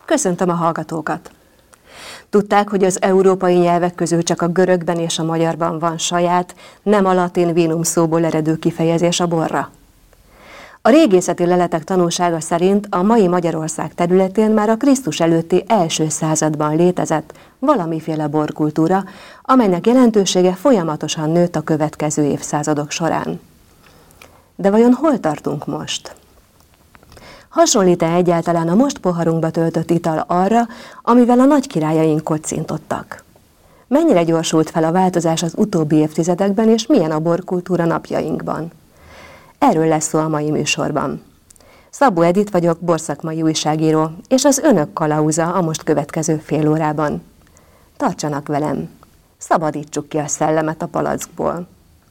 Köszöntöm a hallgatókat! Tudták, hogy az európai nyelvek közül csak a görögben és a magyarban van saját, nem a latin vinum szóból eredő kifejezés a borra? A régészeti leletek tanúsága szerint a mai Magyarország területén már a Krisztus előtti első században létezett valamiféle borkultúra, amelynek jelentősége folyamatosan nőtt a következő évszázadok során. De vajon hol tartunk most? Hasonlít-e egyáltalán a most poharunkba töltött ital arra, amivel a nagykirályaink kocintottak? Mennyire gyorsult fel a változás az utóbbi évtizedekben, és milyen a borkultúra napjainkban? Erről lesz szó a mai műsorban. Szabó Edit vagyok, borszakmai újságíró, és az önök kalauza a most következő fél órában. Tartsanak velem! Szabadítsuk ki a szellemet a palackból!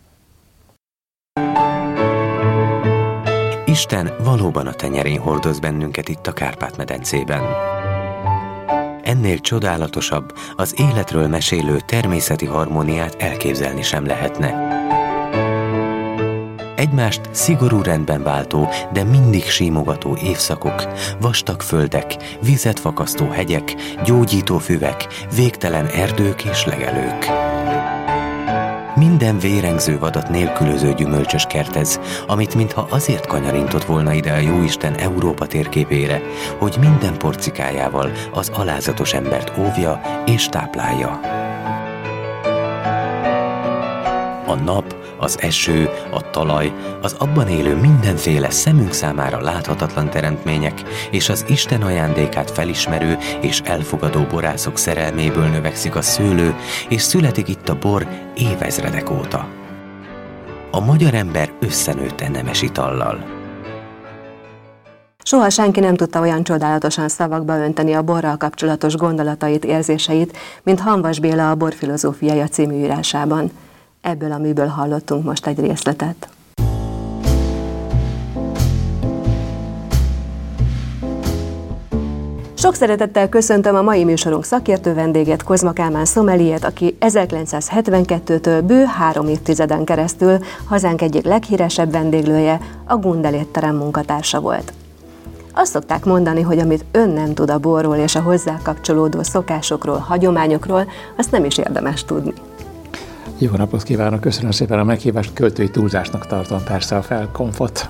Isten valóban a tenyerén hordoz bennünket itt a Kárpát-medencében. Ennél csodálatosabb, az életről mesélő természeti harmóniát elképzelni sem lehetne. Egymást szigorú rendben váltó, de mindig símogató évszakok, vastag földek, vizet fakasztó hegyek, gyógyító füvek, végtelen erdők és legelők. Minden vérengző vadat nélkülöző gyümölcsös kertez, amit mintha azért kanyarintott volna ide a Jóisten Európa térképére, hogy minden porcikájával az alázatos embert óvja és táplálja. A nap, az eső, a talaj, az abban élő mindenféle szemünk számára láthatatlan teremtmények és az Isten ajándékát felismerő és elfogadó borászok szerelméből növekszik a szőlő, és születik itt a bor évezredek óta. A magyar ember összenőtte nemes itallal. Soha senki nem tudta olyan csodálatosan szavakba önteni a borral kapcsolatos gondolatait, érzéseit, mint Hamvas Béla a Borfilozófiája című írásában. Ebből a műből hallottunk most egy részletet. Sok szeretettel köszöntöm a mai műsorunk szakértő vendégét, Kozma Kálmán szomeliét, aki 1972-től bő 3 évtizeden keresztül hazánk egyik leghíresebb vendéglője, a Gundel étterem munkatársa volt. Azt szokták mondani, hogy amit ön nem tud a borról és a hozzá kapcsolódó szokásokról, hagyományokról, azt nem is érdemes tudni. Jó napot kívánok, köszönöm szépen a meghívást, költői túlzásnak tartom persze a felkonfot.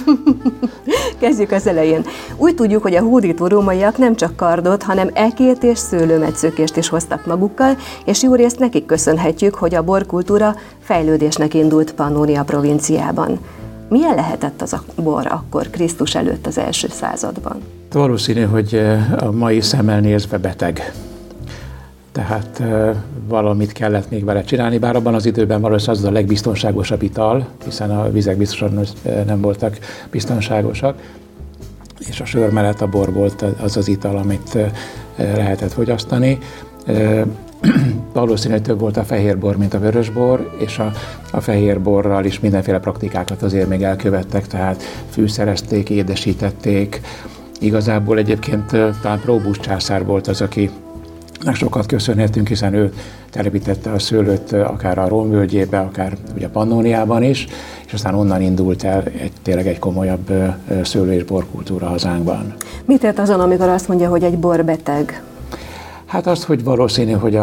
Kezdjük az elején. Úgy tudjuk, hogy a hódító rómaiak nem csak kardot, hanem ekét és szőlőmetszőkést is hoztak magukkal, és jó részt nekik köszönhetjük, hogy a borkultúra fejlődésnek indult Pannónia provinciában. Milyen lehetett az a bor akkor Krisztus előtt az első században? Valószínű, hogy a mai szemmel nézve beteg. Tehát valamit kellett még vele csinálni, bár abban az időben valószínűleg az a legbiztonságosabb ital, hiszen a vizek biztosan nem voltak biztonságosak, és a sör mellett a bor volt az az ital, amit lehetett fogyasztani. Valószínűleg több volt a fehérbor, mint a vörösbor, és a fehérborral is mindenféle praktikákat azért még elkövettek, tehát fűszerezték, édesítették. Igazából egyébként talán Próbus császár volt az, aki sokat köszönhetünk, hiszen ő telepítette a szőlőt akár a Rón völgyébe, akár ugye Pannóniában is, és aztán onnan indult el tényleg egy komolyabb szőlő- és borkultúra hazánkban. Mit ért azon, amikor azt mondja, hogy egy bor beteg? Hát azt, hogy valószínű, hogy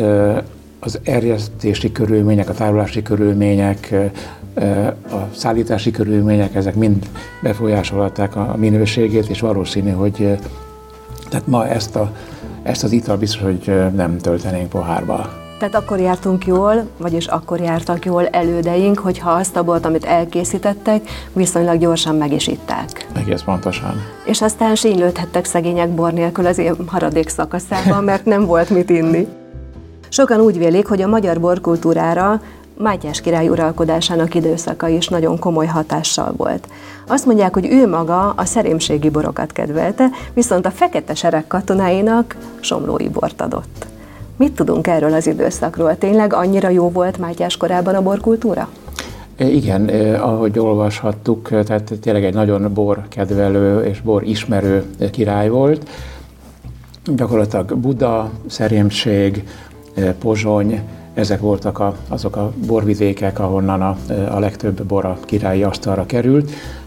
az erjesztési körülmények, a tárolási körülmények, a szállítási körülmények, ezek mind befolyásolták a minőségét, és valószínű, hogy tehát ma ezt az ital biztos, hogy nem töltenénk pohárba. Tehát akkor jártunk jól, vagyis akkor jártak jól elődeink, hogyha azt a bort, amit elkészítettek, viszonylag gyorsan meg is itták. Egész pontosan. És aztán sínylődhettek szegények bor nélkül az év maradék szakaszában, mert nem volt mit inni. Sokan úgy vélik, hogy a magyar borkultúrára Mátyás király uralkodásának időszaka is nagyon komoly hatással volt. Azt mondják, hogy ő maga a szerémségi borokat kedvelte, viszont a fekete sereg katonáinak somlói bort adott. Mit tudunk erről az időszakról? Tényleg annyira jó volt Mátyás korában a borkultúra? Igen, ahogy olvashattuk, tehát tényleg egy nagyon borkedvelő és borismerő király volt. Gyakorlatilag Buda, Szerémség, Pozsony, ezek voltak azok a borvidékek, ahonnan a legtöbb bor a királyi asztalra került.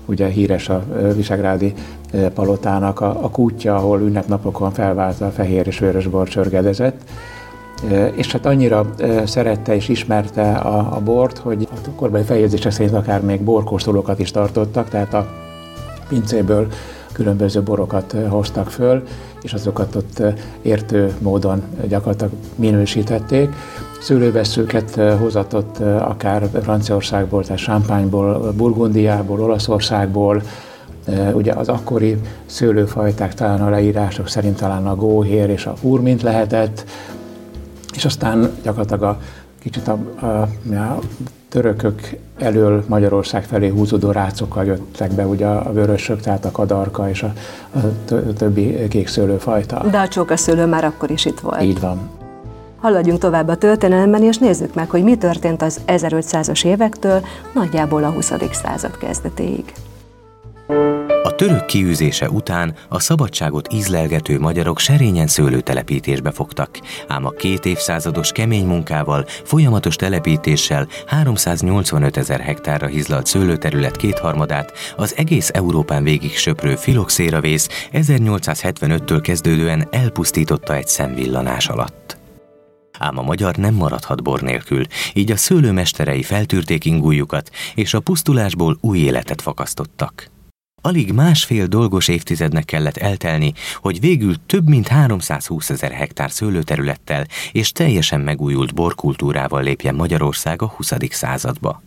ugye híres a visegrádi palotának a kútja, ahol ünnepnapokon felváltva a fehér és vörösbor csörgedezett. És hát annyira szerette és ismerte a bort, hogy a korbeli feljegyzések szerint akár még borkóstolókat is tartottak, tehát a pincéből különböző borokat hoztak föl, és azokat ott értő módon gyakorlatilag minősítették. Szőlővesszőket hozatott akár Franciaországból, tehát Champagne-ból, Burgundiából, Olaszországból. Ugye az akkori szőlőfajták talán a leírások szerint talán a góhér és a furmint lehetett, és aztán gyakorlatilag kicsit a törökök elől Magyarország felé húzódó rácokkal jöttek be ugye a vörösök, tehát a kadarka és a többi kékszőlőfajta. De a csókaszőlő már akkor is itt volt. Így van. Haladjunk tovább a történelemben, és nézzük meg, hogy mi történt az 1500-as évektől nagyjából a 20. század kezdetéig. A török kiűzése után a szabadságot ízlelgető magyarok serényen szőlőtelepítésbe fogtak, ám a 2 évszázados kemény munkával, folyamatos telepítéssel 385 000 hektárra hizlalt szőlőterület kétharmadát az egész Európán végig söprő filoxéravész 1875-től kezdődően elpusztította egy szemvillanás alatt. Ám a magyar nem maradhat bor nélkül, így a szőlőmesterei feltűrték ingújukat, és a pusztulásból új életet fakasztottak. Alig másfél dolgos évtizednek kellett eltelni, hogy végül több mint 320 000 hektár szőlőterülettel és teljesen megújult borkultúrával lépjen Magyarország a 20. századba.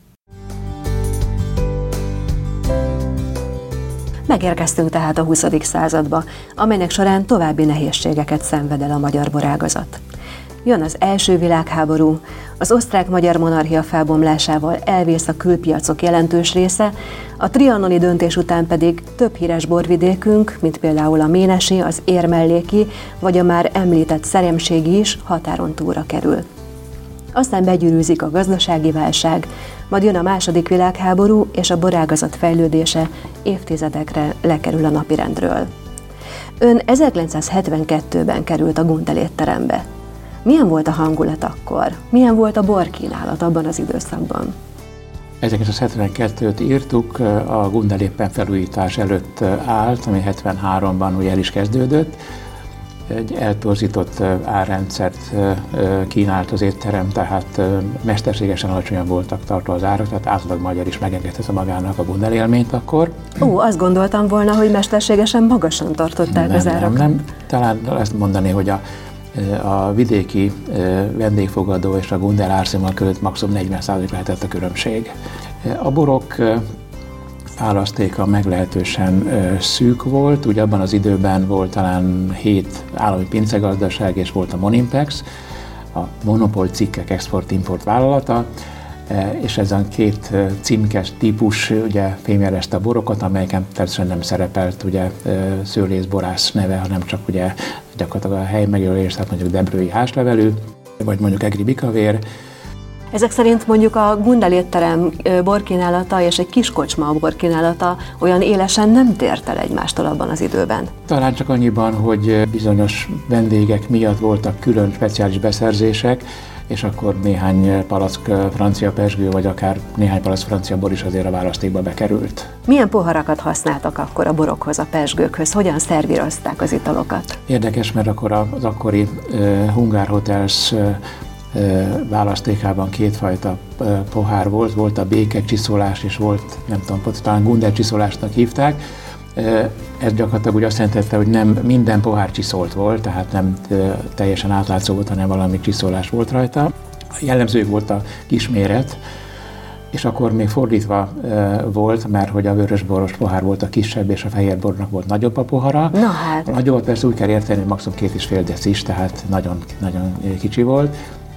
Megérkeztünk tehát a 20. századba, amelynek során további nehézségeket szenved el a magyar borágazat. Jön az első világháború, az osztrák-magyar monarchia felbomlásával elvész a külpiacok jelentős része, a trianoni döntés után pedig több híres borvidékünk, mint például a ménesi, az érmelléki, vagy a már említett szeremségi is határon túlra kerül. Aztán begyűrűzik a gazdasági válság, majd jön a második világháború, és a borágazat fejlődése évtizedekre lekerül a napirendről. Ön 1972-ben került a Gundel étterembe. Milyen volt a hangulat akkor? Milyen volt a borkínálat abban az időszakban? 1972-t írtuk, a Gundel éppen felújítás előtt állt, ami 73-ban ugye el is kezdődött. Egy eltorzított árrendszert kínált az étterem, tehát mesterségesen alacsonyan voltak tartva az árak, tehát átlag magyar is megengedhette magának a Gundel élményt akkor. Azt gondoltam volna, hogy mesterségesen magasan tartották az árakat. Nem. Talán ezt mondani, hogy a vidéki vendégfogadó és a Gundel árszínvonal között maximum 40% lehetett a különbség. A borok választéka meglehetősen szűk volt, ugye abban az időben volt talán 7 állami pincegazdaság, és volt a Monimpex, a monopól cikkek export-import vállalata, és ezen 2 címkes típus ugye fémjelezte a borokat, amelyeken természetesen nem szerepelt ugye szőlészborász neve, hanem csak ugye gyakorlatilag a hely megjelölés, tehát mondjuk debrői házlevelű, vagy mondjuk egri bikavér. Ezek szerint mondjuk a Gundel étterem borkínálata és egy kis kocsma borkínálata olyan élesen nem tért el egymástól abban az időben. Talán csak annyiban, hogy bizonyos vendégek miatt voltak külön speciális beszerzések, és akkor néhány palack francia pezsgő, vagy akár néhány palack francia bor is azért a választékba bekerült. Milyen poharakat használtak akkor a borokhoz, a pezsgőkhöz? Hogyan szervírozták az italokat? Érdekes, mert akkor az akkori Hungár Hotels választékában 2 fajta pohár volt. Volt a béke csiszolás, és volt, nem tudom, talán Gundel csiszolásnak hívták. Ez gyakorlatilag úgy azt jelentette, hogy nem minden pohár csiszolt volt, tehát nem teljesen átlátszó volt, hanem valami csiszolás volt rajta. Jellemző volt a kisméret, és akkor még fordítva volt, mert hogy a vörösboros pohár volt a kisebb, és a fehérbornak volt nagyobb a pohara. Na hát. A nagyobbat persze úgy kell érteni, hogy maximum 2,5 decis, tehát nagyon, nagyon kicsi volt.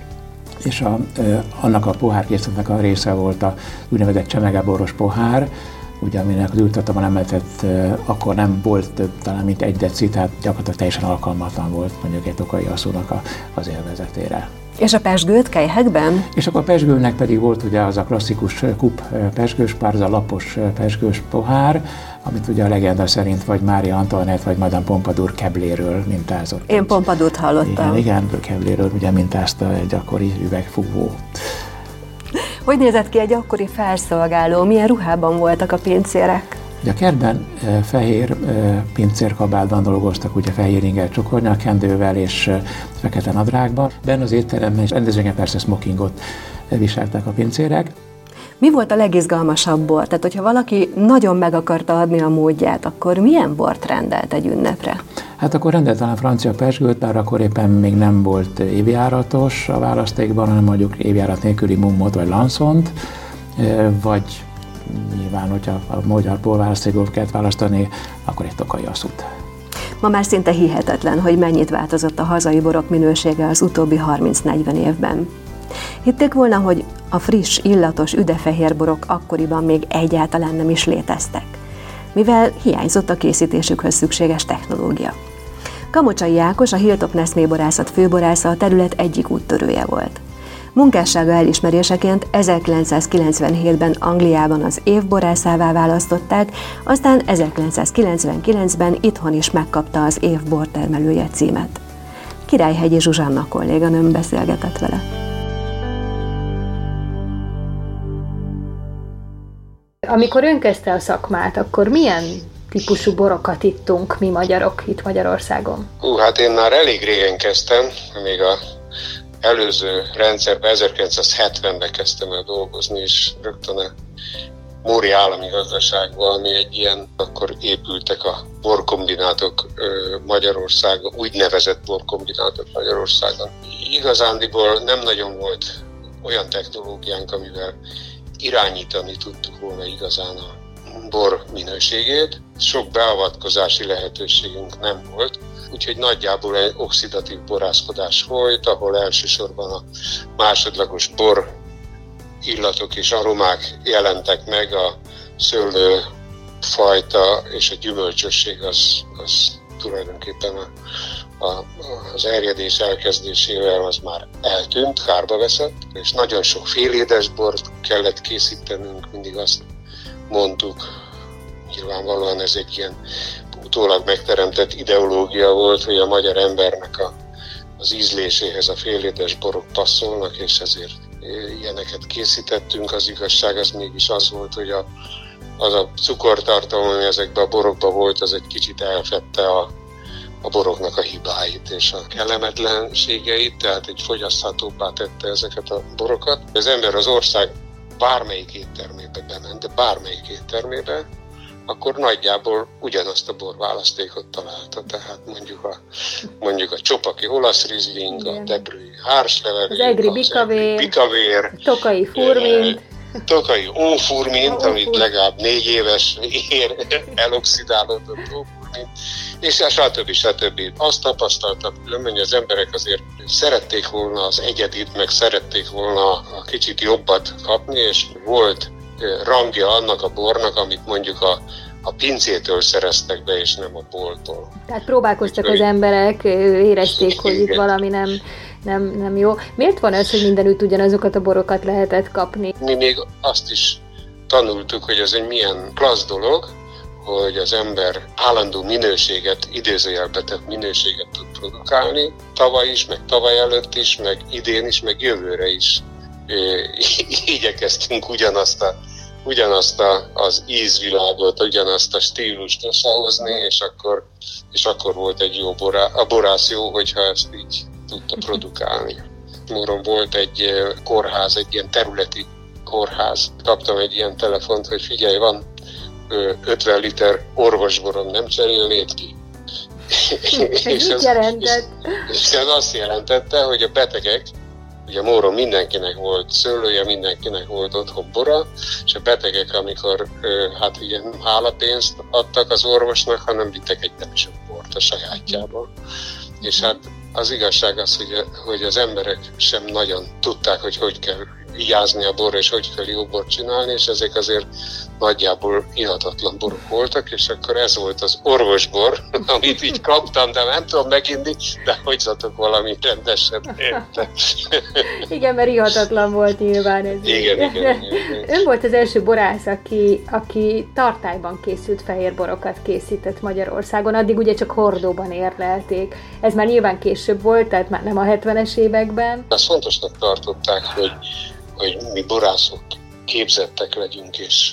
És annak a pohárkészletnek a része volt a úgynevezett csemegeboros pohár, ugye aminek az ültetőben emeltett, akkor nem volt több, talán mint 1 deci, tehát gyakorlatilag teljesen alkalmatlan volt mondjuk egy tokai asszónak az élvezetére. És a pezsgőt kelyhekben? És akkor a pezsgőnek pedig volt ugye az a klasszikus kup pezsgős pár, az a lapos pezsgős pohár, amit ugye a legenda szerint vagy Mária Antoinette, vagy Madame Pompadour kebléről mintázott. Én Pompadourt hallottam. Igen, kebléről ugye mintázta egy akkori üvegfúvó. Hogy nézett ki egy akkori felszolgáló? Milyen ruhában voltak a pincérek? Ugye a kertben fehér pincérkabátban dolgoztak, ugye fehér ingel cukornyalkendővel és fekete nadrágban. Benne az étteremben rendezvényen persze smokingot viseltek a pincérek. Mi volt a legizgalmasabb bor? Tehát, hogyha valaki nagyon meg akarta adni a módját, akkor milyen bort rendelt egy ünnepre? Hát akkor rendelt talán francia pezsgőt, bár akkor éppen még nem volt évjáratos a választékban, hanem mondjuk évjárat nélküli mummot vagy lanszont, vagy nyilván, hogyha a magyar borválasztékból kellett választani, akkor egy tokai asszút. Ma már szinte hihetetlen, hogy mennyit változott a hazai borok minősége az utóbbi 30-40 évben. Hitték volna, hogy a friss, illatos, üdefehér borok akkoriban még egyáltalán nem is léteztek, mivel hiányzott a készítésükhöz szükséges technológia. Kamocsai Ákos, a Hilltop Neszmé borászat főborásza a terület egyik úttörője volt. Munkássága elismeréseként 1997-ben Angliában az év borászává választották, aztán 1999-ben itthon is megkapta az év bortermelője címet. Királyhegyi Zsuzsanna kolléganőm beszélgetett vele. Amikor ön kezdte a szakmát, akkor milyen típusú borokat ittunk mi magyarok itt Magyarországon? Hát én már elég régen kezdtem, még a előző rendszerben 1970-ben kezdtem el dolgozni, és rögtön a Móri Állami Gazdaságban, ami egy ilyen, akkor épültek a borkombinátok Magyarországon, úgynevezett borkombinátok Magyarországon. Igazándiból nem nagyon volt olyan technológiánk, amivel irányítani tudtuk volna igazán a bor minőségét. Sok beavatkozási lehetőségünk nem volt, úgyhogy nagyjából egy oxidatív borászkodás volt, ahol elsősorban a másodlagos bor illatok és aromák jelentek meg, a szőlőfajta és a gyümölcsösség az tulajdonképpen az erjedés elkezdésével az már eltűnt, kárba veszett, és nagyon sok félédes bort kellett készítenünk, mindig azt mondtuk, nyilvánvalóan ez egy ilyen utólag megteremtett ideológia volt, hogy a magyar embernek az ízléséhez a félédes borok passzolnak, és ezért ilyeneket készítettünk. Az igazság az mégis az volt, hogy az a cukortartalom, ami ezekben a borokban volt, az egy kicsit elfedte a boroknak a hibáit és a kellemetlenségeit, tehát egy fogyaszthatóbbá tette ezeket a borokat. Az ember az ország bármelyik éttermébe bement, de bármelyik éttermébe, akkor nagyjából ugyanazt a borválasztékot találta. Tehát mondjuk a csopaki olasz rizling, a debrői hársleveling, az egri bikavér, tokai furmint, tokai ófurmint, amit legalább 4 éves eloxidálódott ófurmint, és stb. Azt tapasztaltam, hogy az emberek azért szerették volna az egyedit, meg szerették volna a kicsit jobbat kapni, és volt rangja annak a bornak, amit mondjuk a pincétől szereztek be, és nem a bolttól. Tehát próbálkoztak az emberek, érezték, hogy itt valami nem jó. Miért van ez, hogy mindenütt ugyanazokat a borokat lehetett kapni? Mi még azt is tanultuk, hogy ez egy milyen klassz dolog, hogy az ember állandó minőséget, idézőjelbe tett minőséget tud produkálni. Tavaly is, meg tavaly előtt is, meg idén is, meg jövőre is igyekeztünk ugyanazt az ízvilágot, ugyanazt a stílust összehozni, és akkor volt egy jó borász jó, hogyha ezt így tudta produkálni. Móron volt egy kórház, egy ilyen területi kórház. Kaptam egy ilyen telefont, hogy figyelj, van 50 liter orvosborom, nem cserélnéd ki? És ez azt jelentette, hogy a betegek, ugye Móron mindenkinek volt szőlője, mindenkinek volt otthon bora, és a betegek, amikor hát ugye nem hálapénzt adtak az orvosnak, hanem vittek egy tepsi bort a sajátjából. És hát az igazság az, hogy az emberek sem nagyon tudták, hogy kell vigyázni a borra, és hogy kell jó bort csinálni, és ezek azért nagyjából ihatatlan borok voltak, és akkor ez volt az orvosbor, amit így kaptam, de nem tudom meginni, de hagyjatok valami rendeset érte. Igen, mert ihatatlan volt nyilván ez. Igen. Ön volt az első borász, aki tartályban készült fehér borokat készített Magyarországon, addig ugye csak hordóban érlelték. Ez már nyilván később volt, tehát már nem a 70-es években. Azt fontosnak tartották, hogy mi borászok képzettek legyünk, és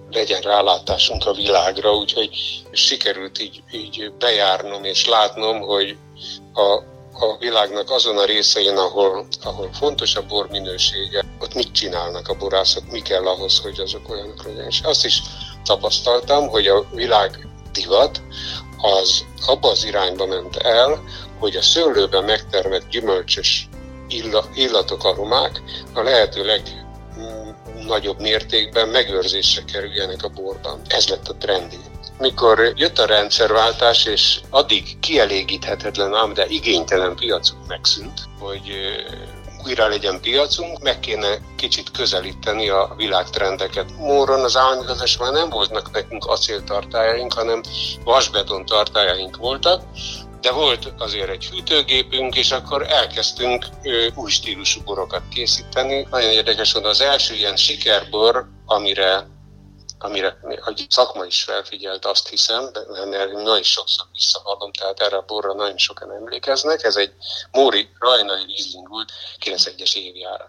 legyen rálátásunk a világra, úgyhogy sikerült így bejárnom és látnom, hogy a világnak azon a részein, ahol fontos a bor minősége, ott mit csinálnak a borászok, mi kell ahhoz, hogy azok olyanok legyenek. És azt is tapasztaltam, hogy a világ divat az abba az irányba ment el, hogy a szőlőben megtermett gyümölcsös illatok, aromák a lehető legnagyobb mértékben megőrzésre kerüljenek a borban. Ez lett a trendi. Mikor jött a rendszerváltás, és addig kielégíthetetlen, ám de igénytelen piacunk megszűnt, hogy újra legyen piacunk, meg kéne kicsit közelíteni a világtrendeket. Móron az állami gazdaságban nem voltak nekünk acéltartályaink, hanem vasbeton tartályaink voltak, de volt azért egy hűtőgépünk, és akkor elkezdtünk új stílusú borokat készíteni. Nagyon érdekes, hogy az első ilyen sikerbor, amire a szakma is felfigyelt, azt hiszem, de nagyon sokszor visszahallom, tehát erre a borra nagyon sokan emlékeznek. Ez egy Móri rajnai Riesling volt, 91-es évjárat.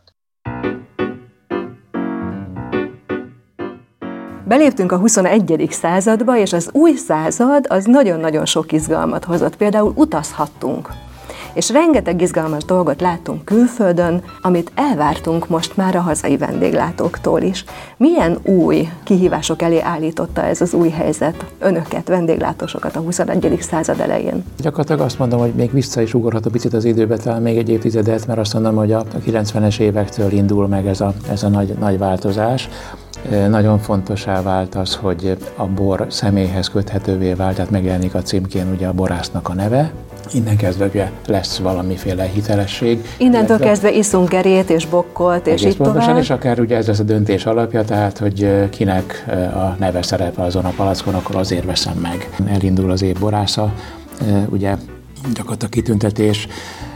Beléptünk a 21. századba, és az új század az nagyon-nagyon sok izgalmat hozott. Például utazhattunk. És rengeteg izgalmas dolgot láttunk külföldön, amit elvártunk most már a hazai vendéglátóktól is. Milyen új kihívások elé állította ez az új helyzet önöket, vendéglátósokat a 21. század elején? Gyakorlatilag azt mondom, hogy még vissza is ugorhatok picit az időbe, talán még egy évtizedet, mert azt mondom, hogy a 90-es évektől indul meg ez a nagy változás. Nagyon fontossá vált az, hogy a bor személyhez köthetővé vált, tehát megjelenik a címkén ugye a borásznak a neve. Innen kezdve ugye lesz valamiféle hitelesség. Innentől kezdve iszunk gerét és bokkolt, és így tovább. És akár ugye ez lesz a döntés alapja, tehát hogy kinek a neve szerepel azon a palackon, akkor azért veszem meg. Elindul az év borásza, ugye gyakorlatilag kitüntetés,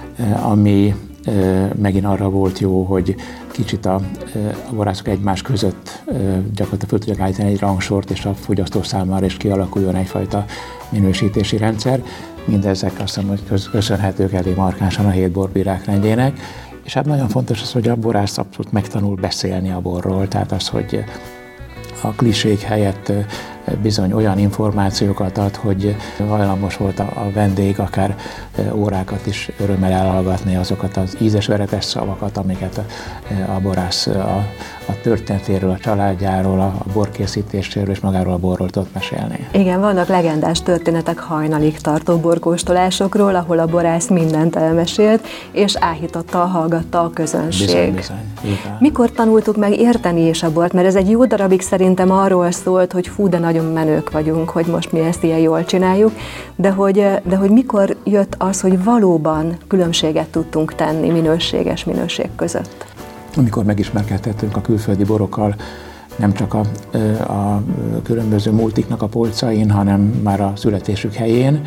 ami megint arra volt jó, hogy kicsit a borászok egymás között gyakorlatilag föl tudják állítani egy rangsort, és a fogyasztó számára is kialakuljon egyfajta minősítési rendszer. Mindezek azt hiszem, hogy köszönhetők elég markánsan a 7 borbírák rendjének. És hát nagyon fontos az, hogy a borász abszolút megtanul beszélni a borról, tehát az, hogy a klisék helyett bizony olyan információkat ad, hogy hajlamos volt a vendég akár órákat is örömmel elhallgatni azokat az ízes-veretes szavakat, amiket a borász a történetéről, a családjáról, a borkészítéséről és magáról a borról tudott mesélni. Igen, vannak legendás történetek hajnalig tartó borkóstolásokról, ahol a borász mindent elmesélt, és áhította, hallgatta a közönség. Bizony. Mikor tanultuk meg érteni is a bort? Mert ez egy jó darabig szerintem arról szólt, hogy fú, de nagyon menők vagyunk, hogy most mi ezt ilyen jól csináljuk, de hogy mikor jött az, hogy valóban különbséget tudtunk tenni minőséges minőség között? Amikor megismerkedtettünk a külföldi borokkal, nem csak a különböző multiknak a polcain, hanem már a születésük helyén.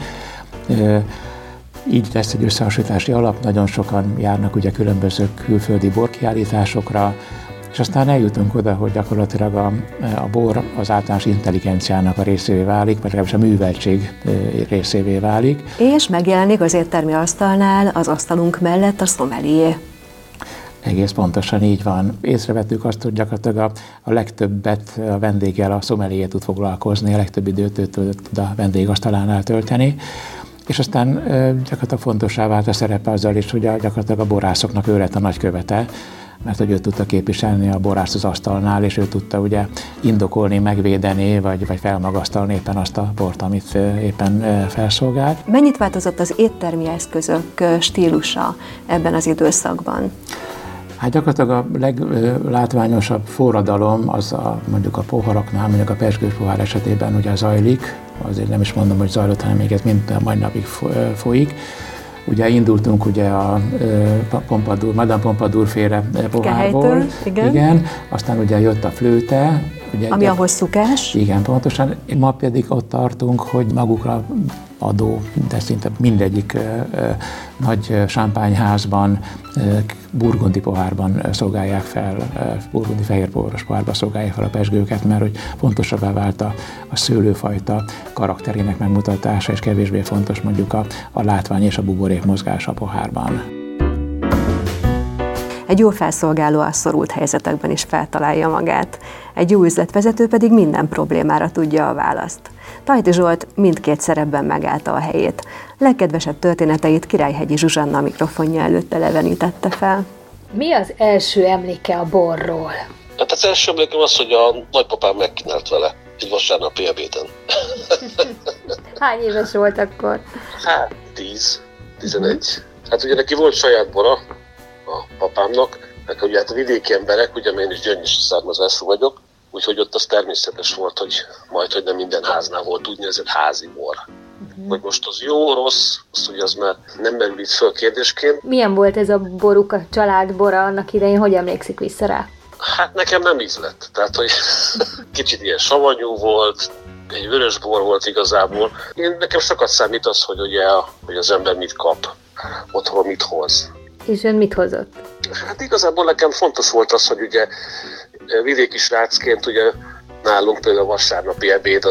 Így lesz egy összehasonlítási alap, nagyon sokan járnak ugye különböző külföldi borkiállításokra, és aztán eljutunk oda, hogy gyakorlatilag a bor az általános intelligenciának a részévé válik, vagy legalábbis a műveltség részévé válik. És megjelenik az éttermi asztalnál, az asztalunk mellett a sommelier. Egész pontosan így van. Észrevettük azt, hogy gyakorlatilag a legtöbbet a vendéggel a sommelier tud foglalkozni, a legtöbb időt tud a vendégasztalánál tölteni. És aztán gyakorlatilag fontossá vált a szerepe azzal is, hogy gyakorlatilag a borászoknak ő lett a nagykövete, mert hogy ő tudta képviselni a borászt az asztalnál, és ő tudta ugye indokolni, megvédeni, vagy felmagasztalni éppen azt a bort, amit éppen felszolgált. Mennyit változott az éttermi eszközök stílusa ebben az időszakban? Hát gyakorlatilag a leglátványosabb forradalom az mondjuk a poharaknál, mondjuk a pezsgős pohár esetében ugye zajlik, azért nem is mondom, hogy zajlott, hanem még ez mind a mai napig folyik. Ugye indultunk ugye a Madame Pompadour féle pohárból, igen. Aztán ugye jött a flőte. Ugye ami a hosszúkás. Igen, pontosan. Ma pedig ott tartunk, hogy magukra adó, de szinte mindegyik nagy sámpányházban, burgundi pohárban szolgálják fel, burgundi fehérboros pohárban szolgálják fel a pezsgőket, mert hogy fontosabbá vált a szőlőfajta karakterének megmutatása, és kevésbé fontos mondjuk a látvány és a buborék mozgása a pohárban. Egy jól felszolgáló a szorult helyzetekben is feltalálja magát. Egy jó üzletvezető pedig minden problémára tudja a választ. Tajti Zsolt mindkét szerepben megállta a helyét. Legkedvesebb történeteit Királyhegyi Zsuzsanna mikrofonja előtt elevenítette fel. Mi az első emléke a borról? Hát az első emlékem az, hogy a nagypapám megkínált vele egy vasárnapi ebéden. Hány éves volt akkor? Hát 10-11. Hát ugye neki volt saját bora, a papámnak, nekem ugye hát a vidéki emberek, ugye én is gyöngyösi származású vagyok, úgyhogy ott az természetes volt, hogy majd nem minden háznál volt úgynevezett házi bor. Hogy most az jó, rossz, azt ugye az már nem merül itt föl kérdésként. Milyen volt ez a boruk, a családbora annak idején, hogy emlékszik vissza rá? Hát nekem nem ízlett, tehát hogy kicsit ilyen savanyú volt, egy vörös bor volt igazából. Nekem sokat számít az, hogy ugye hogy az ember mit kap, otthon mit hoz. És ön mit hozott? Hát igazából nekem fontos volt az, hogy ugye vidéki srácként ugye nálunk például a vasárnapi ebéd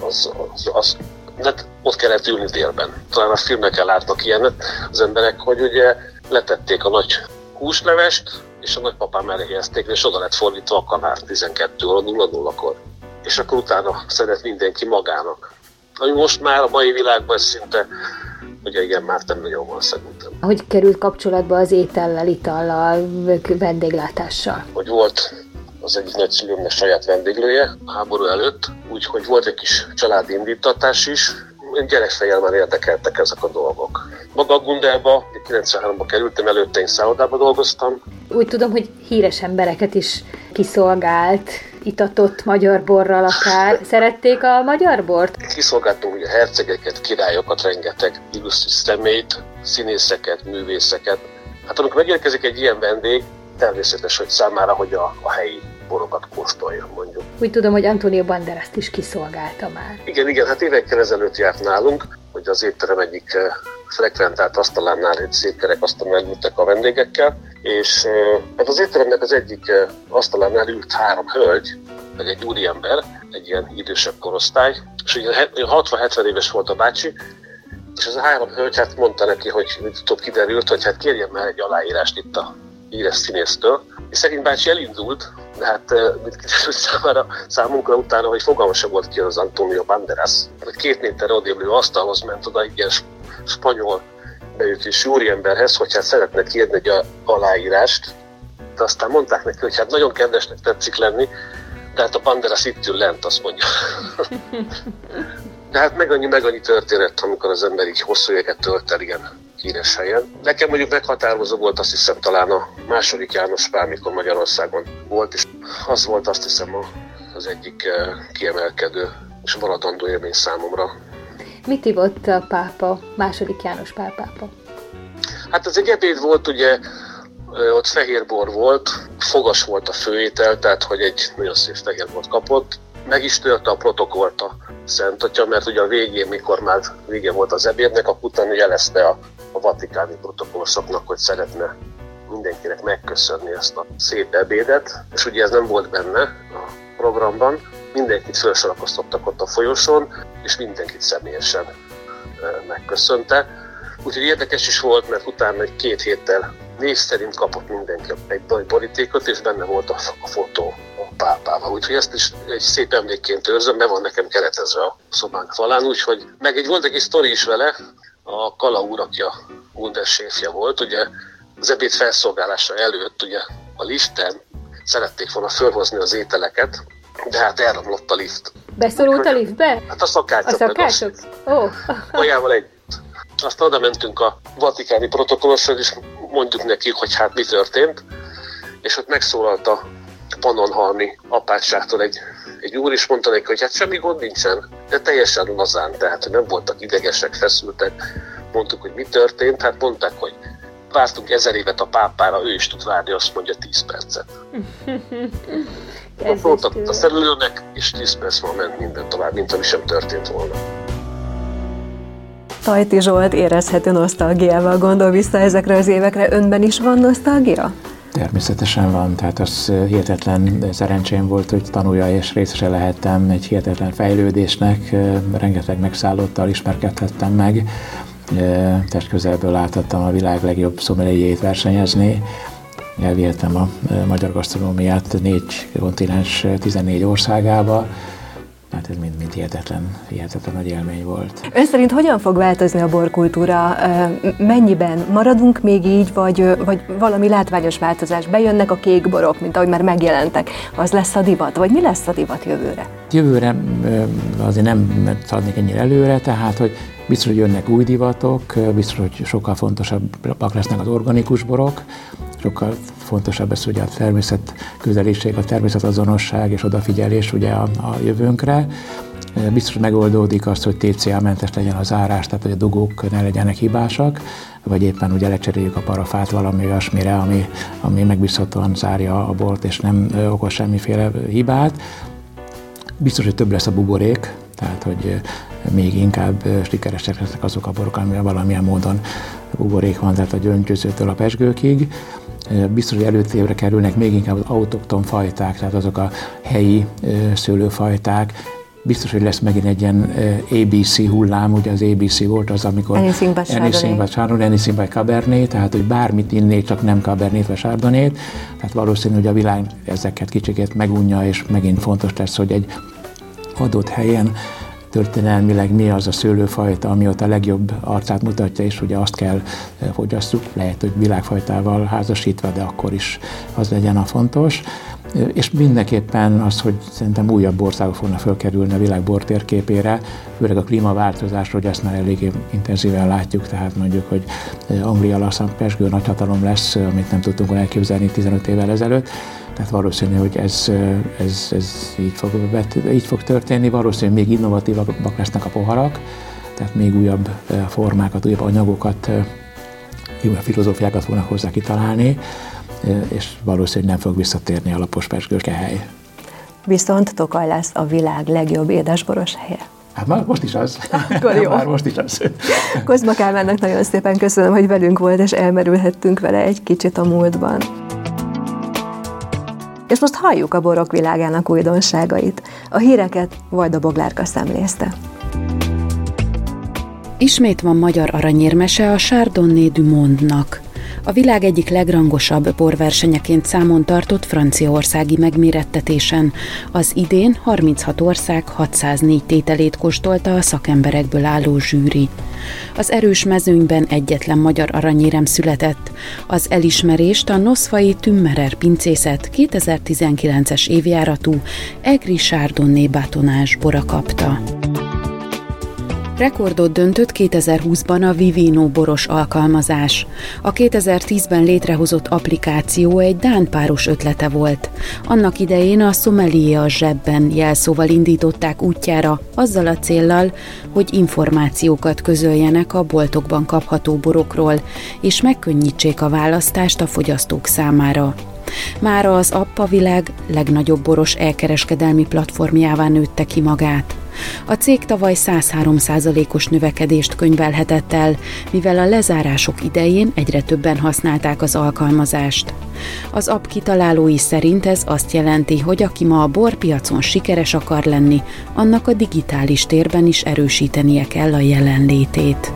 az ott kellett ülni délben. Talán a filmeken látnak ilyenet az emberek, hogy ugye letették a nagy húslevest, és a nagypapám elé helyezték, és oda lett fordítva a kanár 12 óra 00-kor. És akkor utána szedett mindenki magának. Ami most már a mai világban szinte, ugye igen, már nem nagyon van szerintem. Hogy került kapcsolatba az étellel, itallal, vendéglátással? Hogy volt az egyik nagyszülőmnek saját vendéglője a háború előtt, úgyhogy volt egy kis családi indítatás is. Én gyerekfejjel már érdekeltek ezek a dolgok. Maga a Gundelba, 93-ba kerültem, előtte én szállodába dolgoztam. Úgy tudom, hogy híres embereket is kiszolgált, itatott magyar borral akár. Szerették a magyar bort? Kiszolgáltunk ugye hercegeket, királyokat, rengeteg illusztris személyt, színészeket, művészeket. Hát amikor megérkezik egy ilyen vendég, természetes, hogy számára, hogy a helyi borokat kóstolja, mondjuk. Úgy tudom, hogy Antonio Banderast is kiszolgálta már. Igen, hát évekkel ezelőtt járt nálunk, hogy az étterem egyik frekventált asztalánál egy szép kerekasztalnál ültek a vendégekkel, és az étteremnek az egyik asztalánál ült 3 hölgy, meg egy úriember, egy ilyen idősebb korosztály, és ugye 60-70 éves volt a bácsi, és az a 3 hölgy hát mondta neki, hogy utóbb kiderült, hogy hát kérjen már egy aláírást itt a híres színésztől. És szegény bácsi elindult, de hát mit kiderült számunkra utána, hogy fogalma sem volt ki az Antonio Banderas. 2 méterre odévlő asztalhoz ment oda egy ilyen spanyol beütős úriemberhez, hogy hát szeretne kérni egy aláírást. De aztán mondták neki, hogy hát nagyon kedvesnek tetszik lenni, de hát a Banderas itt ül lent, azt mondja. De hát meg annyi történet, amikor az ember így hosszú éveket tölt el ilyen híres helyen. Nekem mondjuk meghatározó volt, azt hiszem, talán a II. János Pál, mikor Magyarországon volt, és az volt, azt hiszem, az egyik kiemelkedő és maradandó élmény számomra. Mit ivott a pápa, II. János Pál pápa? Hát ez egy ebéd volt, ugye, ott fehérbor volt, fogas volt a főétel, tehát hogy egy nagyon szép fehérbort kapott. Meg is törte a protokollt a Szent Atya, mert ugye a végén, mikor már vége volt az ebédnek, akkor utána jelezte a vatikáni protokollosoknak, hogy szeretne mindenkinek megköszönni ezt a szép ebédet, és ugye ez nem volt benne a programban. Mindenkit felsorakoztattak ott a folyosón, és mindenkit személyesen megköszönte. Úgyhogy érdekes is volt, mert utána egy 2 héttel név szerint kapott mindenki egy nagy borítékot, és benne volt a fotó a pápával. Úgyhogy ezt is egy szép emlékként őrzöm, be van nekem keretezve a szobánk falán, úgyhogy volt egy sztori is vele, a Kala úr, aki a Gundel séfje volt, ugye az ebéd felszolgálása előtt ugye a liften szerették volna fölhozni az ételeket, de hát elromlott a lift. Beszorult a liftbe? Hát a szakácsok. A szakácsok? Ó. Olyával együtt. Aztán oda mentünk a vatikáni protokolloshoz, és mondjuk nekik, hogy hát mi történt, és ott megszólalt a Pannonhalmi apátságtól egy úr, is mondta neki, hogy hát semmi gond nincsen, de teljesen lazán, tehát hogy nem voltak idegesek, feszültek. Mondtuk, hogy mi történt, hát mondták, hogy vártunk 1000 évet a pápára, ő is tud várni, azt mondja 10 percet. Mondtak a szerelőnek, és 10 perc van ment minden tovább, mint ami sem történt volna. Tajti Zsolt érezhető nosztalgiával gondol vissza ezekre az évekre. Önben is van nosztalgia? Természetesen van, tehát az hihetetlen szerencsém volt, hogy tanulja és részese lehettem egy hihetetlen fejlődésnek, rengeteg megszállottal ismerkedhettem meg, testközelből láthattam a világ legjobb szomeliéjét versenyezni, elvihettem a magyar gasztronómiát 4 kontinens 14 országába. Hát ez mind hihetetlen nagy élmény volt. Ön szerint hogyan fog változni a borkultúra? Mennyiben maradunk még így, vagy valami látványos változás? Bejönnek a kék borok, mint ahogy már megjelentek. Az lesz a divat? Vagy mi lesz a divat jövőre? Jövőre azért nem szaladnék ennyire előre, tehát hogy biztos, hogy jönnek új divatok, biztos, hogy sokkal fontosabbak lesznek az organikus borok, sokkal fontosabb ez ugye a természet közeliség, a természetazonosság és odafigyelés ugye a jövőnkre. Biztos, hogy megoldódik azt, hogy TCA-mentes legyen a zárás, tehát hogy a dugók ne legyenek hibásak, vagy éppen ugye lecseréljük a parafát valami olyasmire, ami megbízhatóan zárja a bort és nem okoz semmiféle hibát. Biztos, hogy több lesz a buborék, tehát hogy még inkább sikeresek lesznek azok a borok, amivel valamilyen módon buborék van, tehát a gyöngyözőtől a pezsgőkig. Biztos, hogy előtérbe kerülnek még inkább az autokton fajták, tehát azok a helyi szőlőfajták. Biztos, hogy lesz megint egy ilyen ABC hullám, ugye az ABC volt az, amikor Anything but Chardonnay, anything but Cabernet, tehát hogy bármit innék, csak nem Cabernet vagy Chardonnay. Tehát valószínű, hogy a világ ezeket kicsikét megunja, és megint fontos lesz, hogy egy adott helyen történelmileg mi az a szőlőfajta, ami ott a legjobb arcát mutatja, és ugye azt kell fogyasszuk, lehet, hogy világfajtával házasítva, de akkor is az legyen a fontos. És mindenképpen az, hogy szerintem újabb országok fognak fölkerülni a világ bortérképére, főleg a klímaváltozás, hogy ezt már eléggé intenzíven látjuk, tehát mondjuk, hogy Anglia lassan pezsgő nagyhatalom lesz, amit nem tudtunk volna elképzelni 15 évvel ezelőtt. Tehát valószínű, hogy ez így fog történni, valószínű, még innovatívabbak lesznek a poharak, tehát még újabb formákat, újabb anyagokat, újabb filozófiákat fognak hozzá kitalálni, és valószínűleg nem fog visszatérni a lapos pezsgős hely. Viszont Tokaj lesz a világ legjobb édesboros helye. Hát már most is az. Akkor jó. Már most is az. Kozma Kálmánnak nagyon szépen köszönöm, hogy velünk volt, és elmerülhettünk vele egy kicsit a múltban. És most halljuk a borok világának újdonságait. A híreket Vajda Boglárka szemlézte. Ismét van magyar aranyérmese a Chardonnay du Monde-nak. A világ egyik legrangosabb borversenyeként számon tartott franciaországi megmérettetésen az idén 36 ország 604 tételét kóstolta a szakemberekből álló zsűri. Az erős mezőnyben egyetlen magyar aranyérem született. Az elismerést a Noszfai Tümmerer pincészet 2019-es évjáratú Egri Chardonnay Bâtonnage bora kapta. Rekordot döntött 2020-ban a Vivino boros alkalmazás. A 2010-ben létrehozott applikáció egy dán páros ötlete volt. Annak idején a Sommelier a zsebben jelszóval indították útjára, azzal a céllal, hogy információkat közöljenek a boltokban kapható borokról, és megkönnyítsék a választást a fogyasztók számára. Mára az app a világ legnagyobb boros elkereskedelmi platformjává nőtte ki magát. A cég tavaly 103%-os növekedést könyvelhetett el, mivel a lezárások idején egyre többen használták az alkalmazást. Az app kitalálói szerint ez azt jelenti, hogy aki ma a borpiacon sikeres akar lenni, annak a digitális térben is erősítenie kell a jelenlétét.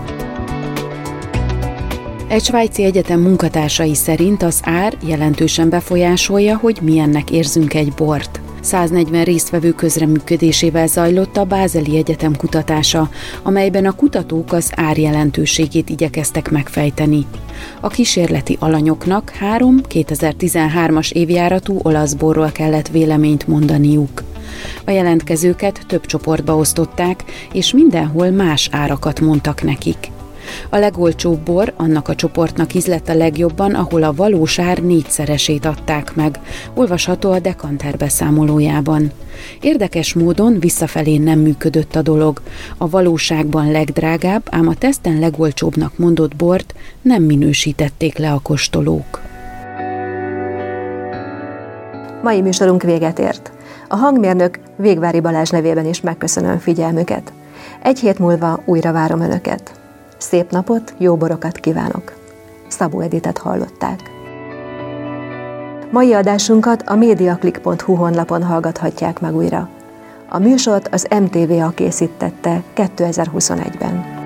Egy svájci egyetem munkatársai szerint az ár jelentősen befolyásolja, hogy milyennek érzünk egy bort. 140 résztvevő közreműködésével zajlott a Bázeli Egyetem kutatása, amelyben a kutatók az ár jelentőségét igyekeztek megfejteni. A kísérleti alanyoknak 3 2013-as évjáratú olasz borról kellett véleményt mondaniuk. A jelentkezőket több csoportba osztották, és mindenhol más árakat mondtak nekik. A legolcsóbb bor annak a csoportnak ízlett a legjobban, ahol a valós ár 4-szeresét adták meg, olvasható a Dekanter beszámolójában. Érdekes módon visszafelé nem működött a dolog. A valóságban legdrágább, ám a teszten legolcsóbbnak mondott bort nem minősítették le a kóstolók. Mai műsorunk véget ért. A hangmérnök Végvári Balázs nevében is megköszönöm figyelmüket. Egy hét múlva újra várom Önöket. Szép napot, jó borokat kívánok! Szabó Editet hallották. Mai adásunkat a mediaclick.hu honlapon hallgathatják meg újra. A műsort az MTVA készítette 2021-ben.